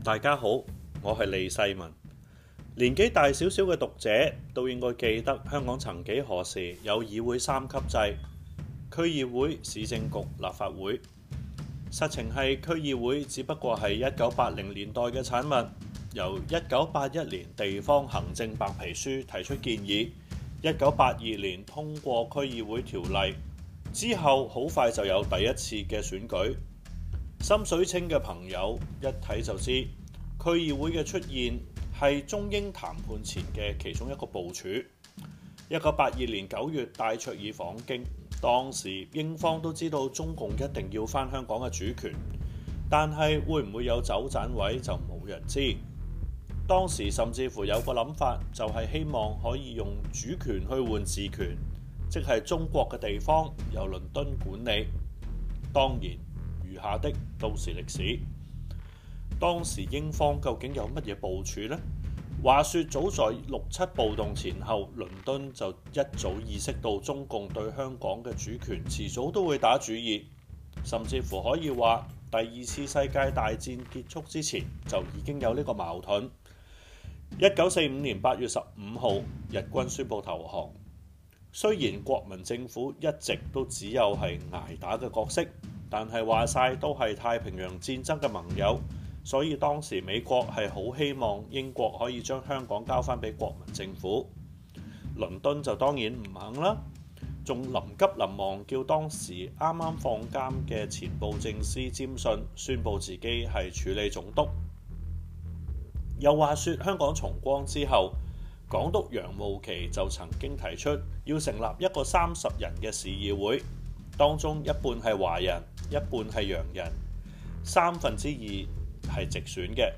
大家好，我係李世民。年紀大少少嘅讀者都應該記得，香港曾幾何時有議會三級制，區議會、市政局、立法會。實情係區議會只不過係1980年代嘅產物，由1981年地方行政白皮書提出建議，1982年通過區議會條例，之後好快就有第一次嘅選舉。心水清嘅朋友一睇就知，區議會嘅出現係中英談判前嘅其中一個部署。1982年9月戴卓爾訪京，當時英方都知道中共一定要返香港嘅主權，但係會唔會有走盞位就冇人知。當時甚至乎有個諗法，就係希望可以用主權去換治權，即係中國嘅地方由倫敦管理。當然，餘下的都是歷史。當時英方究竟有乜嘢部署呢？話說早在6·7暴動前後，倫敦就一早意識到中共對香港嘅主權遲早都會打主意，甚至乎可以話第二次世界大戰結束之前就已經有呢個矛盾。1945年8月15號，日軍宣布投降。雖然國民政府一直都只有係捱打嘅角色，但係話晒都係太平洋戰爭嘅盟友，所以當時美國係好希望英國可以將香港交翻俾國民政府。倫敦就當然唔肯啦，仲臨急臨忙叫當時啱啱放監嘅前布政司詹遜宣佈自己係處理總督。又話說香港重光之後，港督楊慕琦就曾經提出要成立一個30人嘅市議會，當中一半係華人，一半係洋人，2/3係直選嘅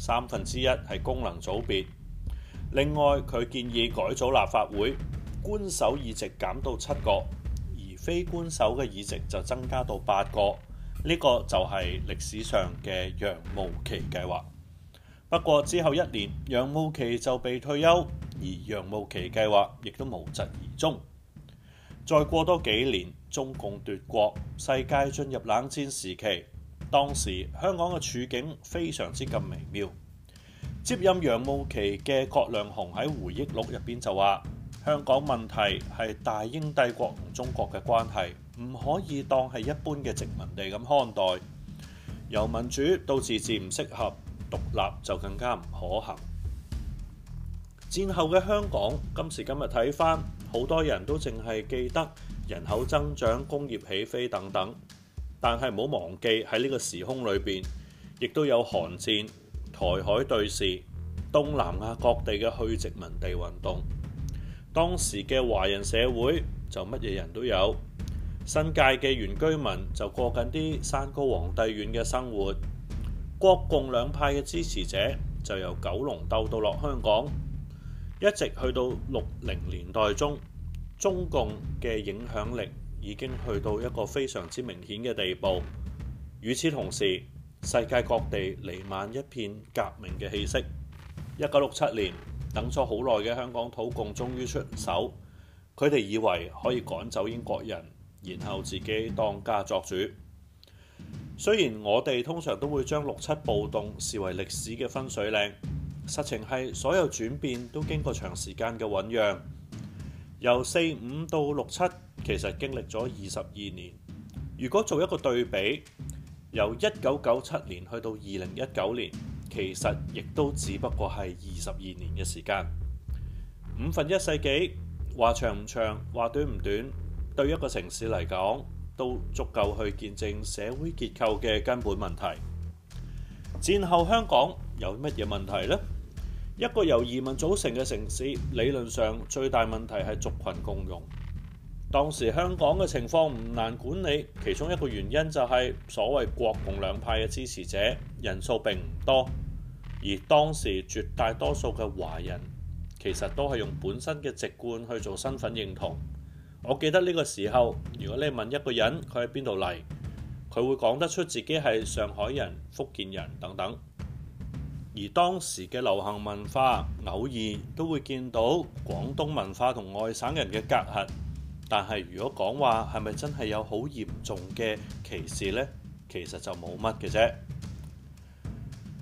，1/3係功能組別。另外佢建議改組立法會，官守議席減到7個，而非官守嘅議席就增加到8個。呢個就係歷史上嘅楊慕琦計劃。不過之後1年，楊慕琦就被退休，而楊慕琦計劃亦都無疾而終。再過多幾年，中共奪國，世界進入冷戰時期。當時香港嘅處境非常之咁微妙。接任楊慕琦嘅葛量洪喺回憶錄入邊就話：香港問題係大英帝國同中國嘅關係，唔可以當係一般嘅殖民地咁看待。由民主到自治唔適合，獨立就更加唔可行。戰後嘅香港，今時今日睇返，好多人都淨係記得人口增長、工業起飛等等，但係唔好忘記喺呢個時空裏邊，亦都有韓戰、台海對峙、東南亞各地嘅去殖民地運動。當時嘅華人社會就乜嘢人都有，新界嘅原居民就過緊啲山高皇帝遠嘅生活。國共兩派嘅支持者就由九龍鬥到落香港，一直去到60年代中，中共嘅影響力已經去到一個非常之明顯嘅地步。與此同時，世界各地彌漫一片革命嘅氣息。1967年，等咗好耐嘅香港土共終於出手，佢哋以為可以趕走英國人，然後自己當家作主。雖然我哋通常都會將6·7暴動視為歷史嘅分水嶺，實情係所有轉變都經過長時間嘅醖釀。由45到6·7，其實經歷咗22年。如果做一個對比，由1997年去到2019年，其實亦都只不過係22年嘅時間。1/5世紀，話長唔長，話短唔短，對一個城市嚟講，都足夠去見證社會結構嘅根本問題。戰後香港有乜嘢問題呢？一個由移民組成嘅城市，理論上最大問題係族群共融。當時香港嘅情況唔難管理，其中一個原因就係所謂國共兩派嘅支持者人數並唔多，而當時絕大多數嘅華人其實都係用本身嘅籍貫去做身份認同。我記得呢個時候，如果你問一個人佢喺邊度嚟，佢會講得出自己係上海人、福建人等等。而當時嘅流行文化，偶爾都會見到廣東文化同外省人嘅隔閡。但係如果講話係咪真係有好嚴重嘅歧視呢？其實就冇乜嘅啫。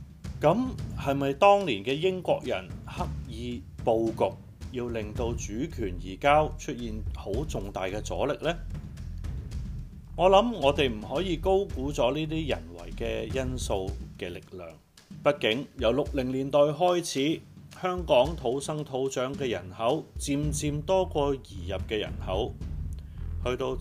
咁係咪當年嘅英國人刻意佈局，要令到主權移交出現好重大嘅阻力呢？我諗我哋唔可以高估咗呢啲人為嘅因素嘅力量。畢竟由60年代開始，香港土生土長嘅人口漸漸多過移入嘅人口，去到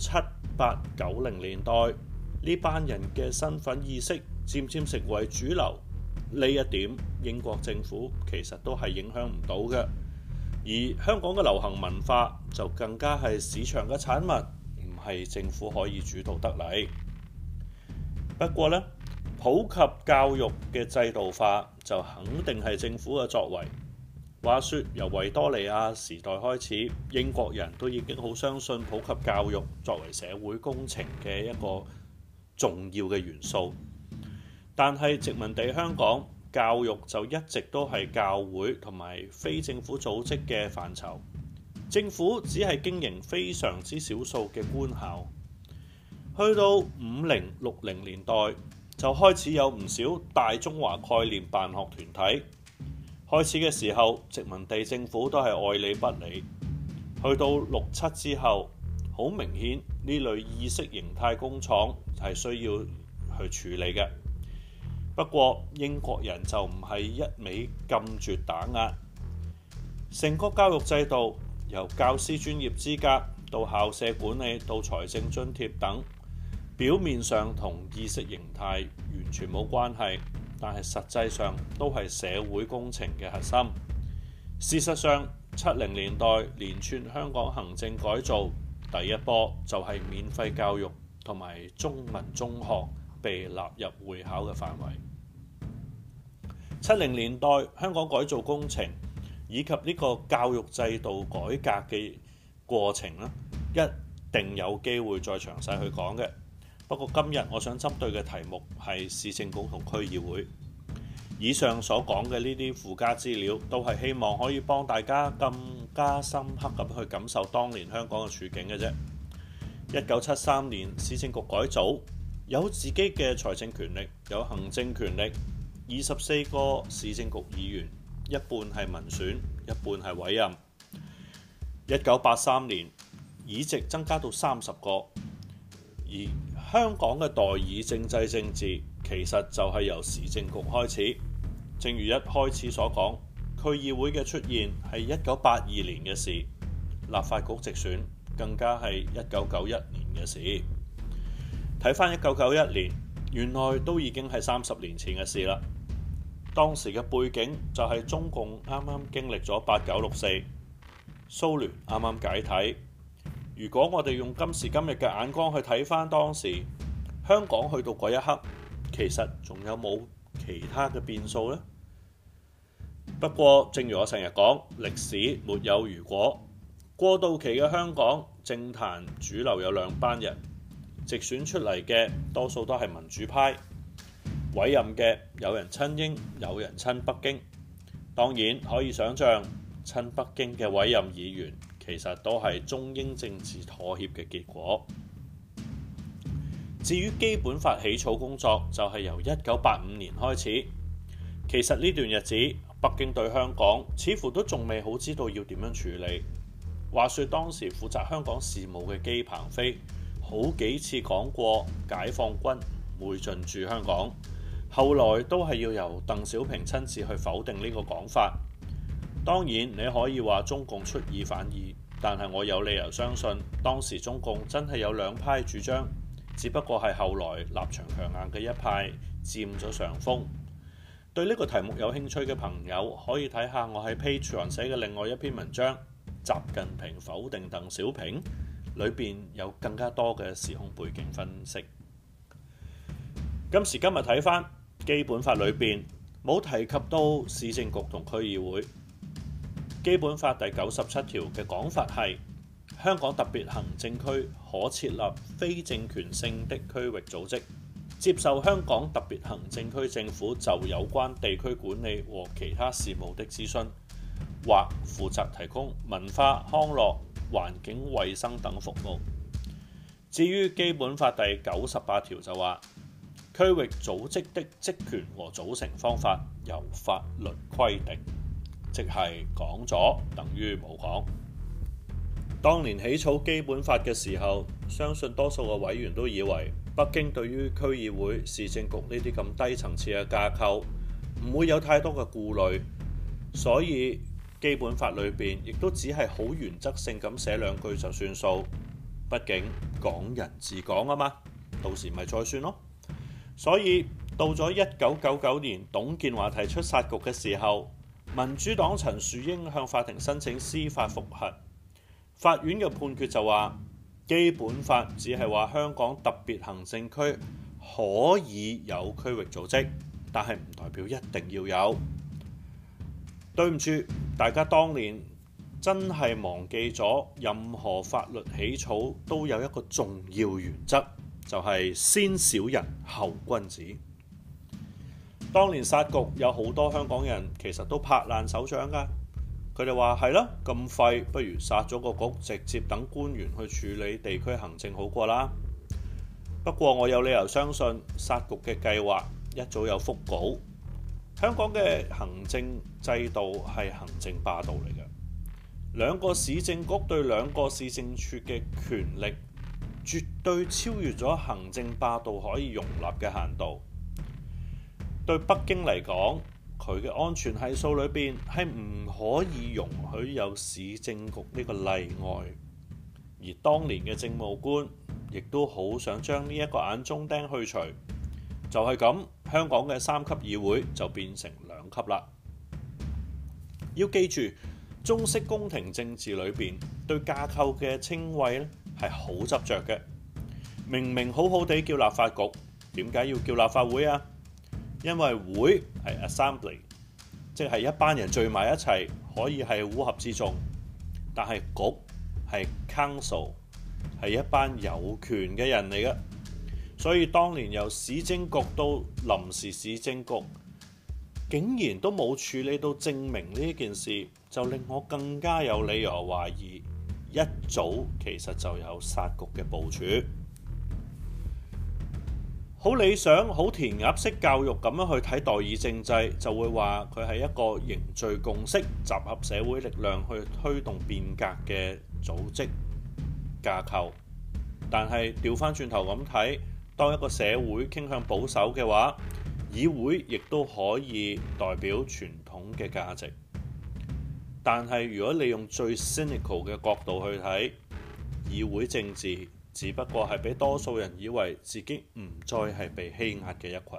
7、8、90年代，呢班人嘅身份意識漸漸成為主流。呢一點英國政府其實都係影響唔到嘅，而香港嘅流行文化就更加係市場嘅產物，唔係政府可以主導得嚟。不過呢，普及教育嘅制度化就肯定係政府嘅作為。話說由維多利亞時代開始，英國人都已經好相信普及教育作為社會工程嘅一個重要嘅元素。但係殖民地香港，教育就一直都係教會同埋非政府組織嘅範疇，政府只係經營非常之少數嘅官校。去到50、60年代就開始有唔少大中華概念辦學團體。開始嘅時候，殖民地政府都係愛理不理。去到67之後，好明顯呢類意識形態工廠係需要去處理嘅。不過英國人就唔係一味禁絕打壓，成個教育制度由教師專業資格到校舍管理到財政津貼等，表面上同意識形態完全冇關係，但係實際上都係社會工程嘅核心。事實上，70年代連串香港行政改造第一波就係免費教育同埋中文中學被納入會考嘅範圍。70年代香港改造工程以及呢個教育制度改革嘅過程一定有機會再詳細去講嘅。不過今日我想針對嘅題目係市政局同區議會。以上所講嘅呢啲附加資料，都係希望可以幫大家更加深刻咁去感受當年香港嘅處境嘅啫。1973年市政局改組，有自己嘅財政權力，有行政權力，24個市政局議員，一半係民選，一半係委任。1983年議席增加到30個，而香港嘅代議政制政治其實就係由市政局開始。正如一開始所講，區議會嘅出現係1982年嘅事，立法局直選更加係1991年嘅事。睇返1991年，原來都已經係30年前嘅事啦。當時嘅背景就係中共啱啱經歷咗8964，蘇聯啱啱解體。如果我哋用今時今日嘅眼光去睇返當時香港去到嗰一刻，其實仲有冇其他嘅變數呢？不過正如我成日講，歷史沒有如果。過渡期嘅香港政壇主流有兩班人，直選出嚟嘅多數都係民主派，委任嘅有人親英，有人親北京。當然可以想像，親北京嘅委任議員其實都係中英政治妥協嘅結果。至於基本法起草工作，就係由1985年開始。其實呢段日子，北京對香港似乎都仲未好知道要點樣處理。話說當時負責香港事務嘅姬鵬飛好幾次講過解放軍唔會進駐香港，後來都係要由鄧小平親自去否定呢個講法。當然你可以話中共出爾反爾，但係我有理由相信當時中共真係有兩派主張，只不過係後來立場強硬嘅一派佔咗上風。對呢個題目有興趣嘅朋友可以睇下我喺 Patreon 寫嘅另外一篇文章，習近平否定鄧小平，裏邊有更加多嘅時空背景分析。今時今日睇返基本法裏邊冇提及到市政局同區議會。基本法第97條嘅講法係，香港特別行政區可設立非政權性的區域組織，接受香港特別行政區政府就有關地區管理和其他事務的諮詢，或負責提供文化、康樂、環境衛生等服務。至於基本法第98條就話， 區域組織的職權和組成方法由法律規定，即係講咗等於冇講。當年起草基本法嘅時候，相信多數嘅委員都以為北京對於區議會、市政局呢啲咁低層次嘅架構唔會有太多嘅顧慮，所以基本法裏邊亦都只係好原則性咁寫兩句就算數。畢竟港人治港啊嘛，到時咪再算咯。所以到咗1999年董建華提出殺局嘅時候，民主黨陳樹英向法庭申請司法覆核。法院嘅判決就話，基本法只係話香港特別行政區可以有區域組織，但係唔代表一定要有。對唔住，大家當年真係忘記咗，任何法律起草都有一個重要原則，就係先小人後君子。當年殺局有好多香港人其實都拍爛手掌㗎。佢哋話係啦，咁廢，不如殺咗個局，直接等官員去處理地區行政好過啦。不過我有理由相信，殺局嘅計劃一早有腹稿。香港嘅行政制度係行政霸道嚟嘅，兩個市政局對兩個市政處嘅權力，絕對超越咗行政霸道可以容納嘅限度。對北京嚟講，佢嘅安全係數裏邊係唔可以容許有市政局呢個例外，而當年嘅政務官亦都好想將呢一個眼中釘去除，就係咁，香港嘅3級議會就變成2級啦。要記住，中式宮廷政治裏邊對架構嘅稱謂咧係好執着嘅。明明好好地叫立法局，點解要叫立法會啊？因為會係 assembly， 即係一班人聚埋一齊，可以係烏合之眾；但係局係 council， 係一班有權嘅人嚟嘅。所以當年由市政局到臨時市政局，竟然都冇處理到證明呢件事，就令我更加有理由懷疑一早其實就有殺局嘅部署。好理想、好填鴨式教育咁樣去睇代議政制，就會話佢係一個凝聚共識、集合社會力量去推動變革嘅組織架構。但係調翻轉頭咁睇，當一個社會傾向保守嘅話，議會亦都可以代表傳統嘅價值。但係如果你用最 cynical 嘅角度去睇，議會政治只不過係俾多數人以為自己唔再係被欺壓嘅一群。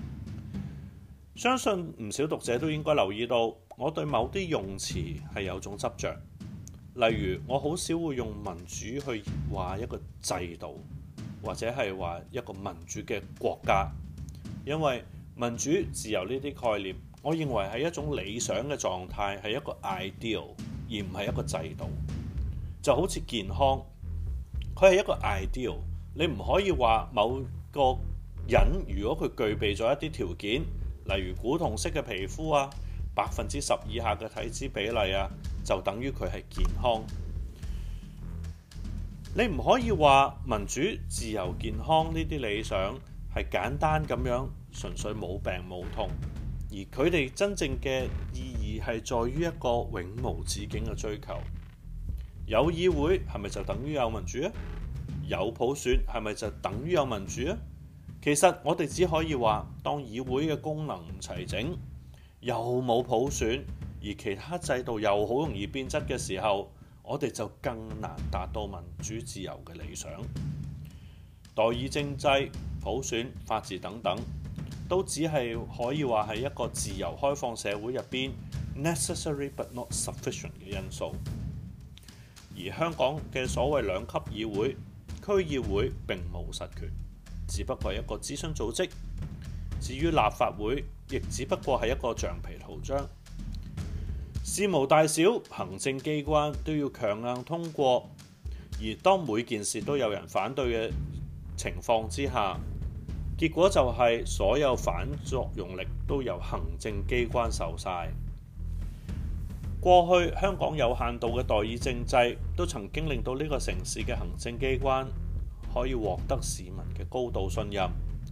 相信唔少讀者都應該留意到，我對某啲用詞係有種執着。例如，我好少會用民主去話一個制度，或者係話一個民主嘅國家，因為民主、自由呢啲概念，我認為係一種理想嘅狀態，係一個 ideal， 而唔係一個制度。就好似健康，佢係一個 ideal， 你唔可以話某個人如果佢具備咗一啲條件，例如古銅色嘅皮膚啊，10%以下嘅體脂比例啊，就等於佢係健康。你唔可以話民主、自由、健康呢啲理想係簡單咁樣純粹冇病冇痛，而佢哋真正嘅意義係在於一個永無止境嘅追求。有議會係咪就等於有民主啊？有普選係咪就等於有民主啊？其實我哋只可以話，當議會嘅功能唔齊整，又冇普選，而其他制度又好容易變質嘅時候，我哋就更難達到民主自由嘅理想。代議政制、普選、法治等等，都只係可以話係一個自由開放社會入邊 necessary but not sufficient 嘅因素。而香港嘅所謂2級議會、區議會並冇實權，只不過係一個諮詢組織。至於立法會，亦只不過係一個橡皮圖章。事無大小，行政機關都要強硬通過，而當每件事都有人反對嘅情況之下，結果就係所有反作用力都由行政機關受晒。過去香港有限度嘅代議政制都曾經令到呢個城市嘅行政機關可以獲得市民嘅高度信任，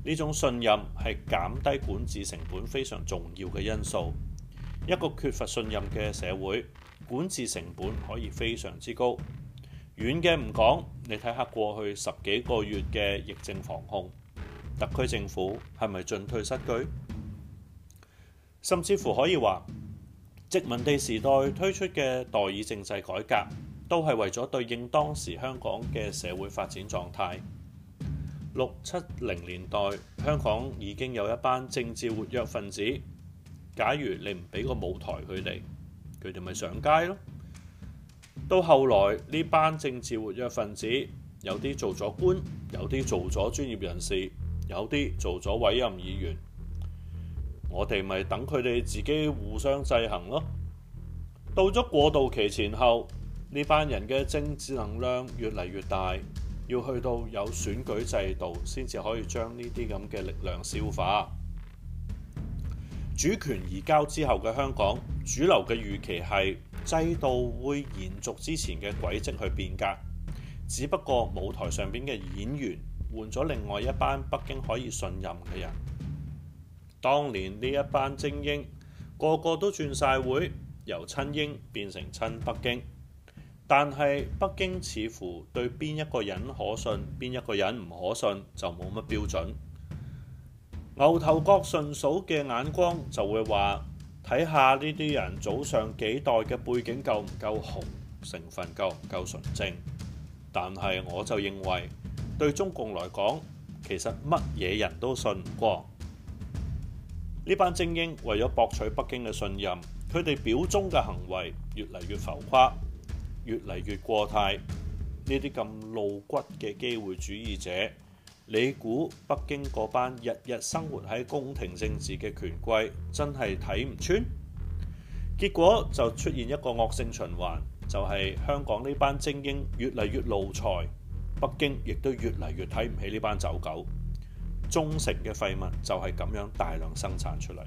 呢種信任係減低管治成本非常重要嘅因素。一個缺乏信任嘅社會，管治成本可以非常之高。遠嘅唔講，你睇下過去10幾個月嘅疫症防控，特區政府係咪進退失據？甚至乎可以話，殖民地時代推出嘅代議政制改革，都係為咗對應當時香港嘅社會發展狀態。6、70年代，香港已經有一班政治活躍分子。假如你唔俾個舞台佢哋咪上街咯。到後來呢班政治活躍分子，有啲做咗官，有啲做咗專業人士，有啲做咗委任議員。我哋咪等佢哋自己互相制衡咯。到咗過渡期前後，呢班人嘅政治能量越嚟越大，要去到有選舉制度先至可以將呢啲咁嘅力量消化。主權移交之後嘅香港，主流嘅預期係制度會延續之前嘅軌跡去變革，只不過舞台上邊嘅演員換咗另外一班北京可以信任嘅人。當年呢一班精英個個都轉晒會，由親英變成親北京，但係北京似乎對邊一個人可信，邊一個人唔可信就冇乜標準。牛頭角順嫂嘅眼光就會話，睇下呢啲人早上幾代嘅背景夠唔夠紅，成分夠唔夠純正。但係我就認為，對中共來講，其實乜嘢人都信唔過。呢班精英為咗博取北京嘅信任，佢哋表忠嘅行為越嚟越浮誇，越嚟越過態。呢啲咁露骨嘅機會主義者，你估北京嗰班日日生活喺宮廷政治嘅權貴真係睇唔穿？結果就出現一個惡性循環，就係香港呢班精英越嚟越奴才，北京亦都越嚟越睇唔起呢班走狗。忠誠嘅廢物就係咁樣大量生產出嚟。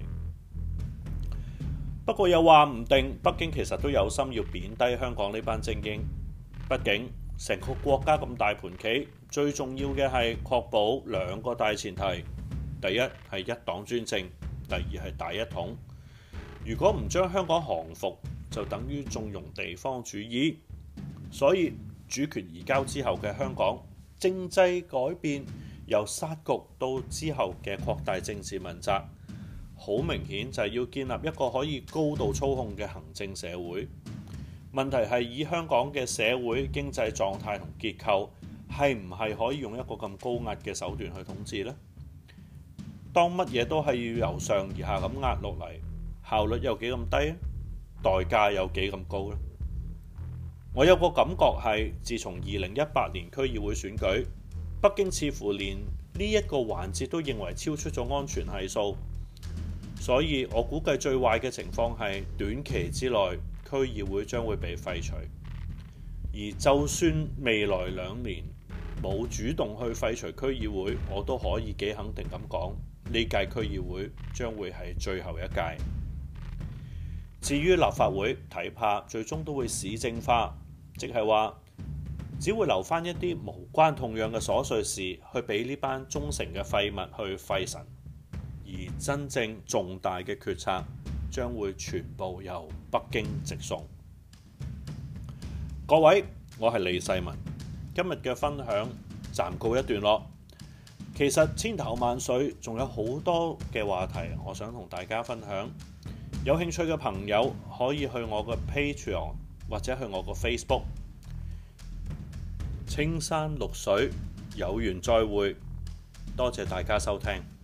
不過又話唔定，北京其實都有心要貶低香港呢班精英。畢竟成個國家咁大盤棋，最重要嘅係確保2個大前提：第一係一黨專政，第二係大一統。如果唔將香港降服，就等於縱容地方主義。所以主權移交之後嘅香港，政制改變，由殺局到之後嘅擴大政治問責，好明顯就係要建立一個可以高度操控嘅行政社會。問題係以香港嘅社會經濟狀態同結構，係唔係可以用一個咁高壓嘅手段去統治呢？當乜嘢都係要由上而下咁壓落嚟，效率有幾咁低，代價有幾咁高呢？我有個感覺係，自從2018年區議會選舉，北京似乎連呢一個環節都認為超出咗安全係數，所以我估計最壞嘅情況係短期之內區議會將會被廢除，而就算未來2年冇主動去廢除區議會，我都可以幾肯定咁講，呢屆區議會將會係最後一屆。至於立法會，睇怕最終都會市政化，即係話只會留返一啲無關痛癢嘅瑣碎事去俾呢班忠誠嘅廢物去廢神，而真正重大嘅決策將會全部由北京直送。各位，我係李世民，今日嘅分享暫告一段落。其實千頭萬緒，仲有好多嘅話題我想同大家分享。有興趣嘅朋友可以去我個 Patreon 或者去我個 Facebook。青山綠水，有緣再會，多謝大家收聽。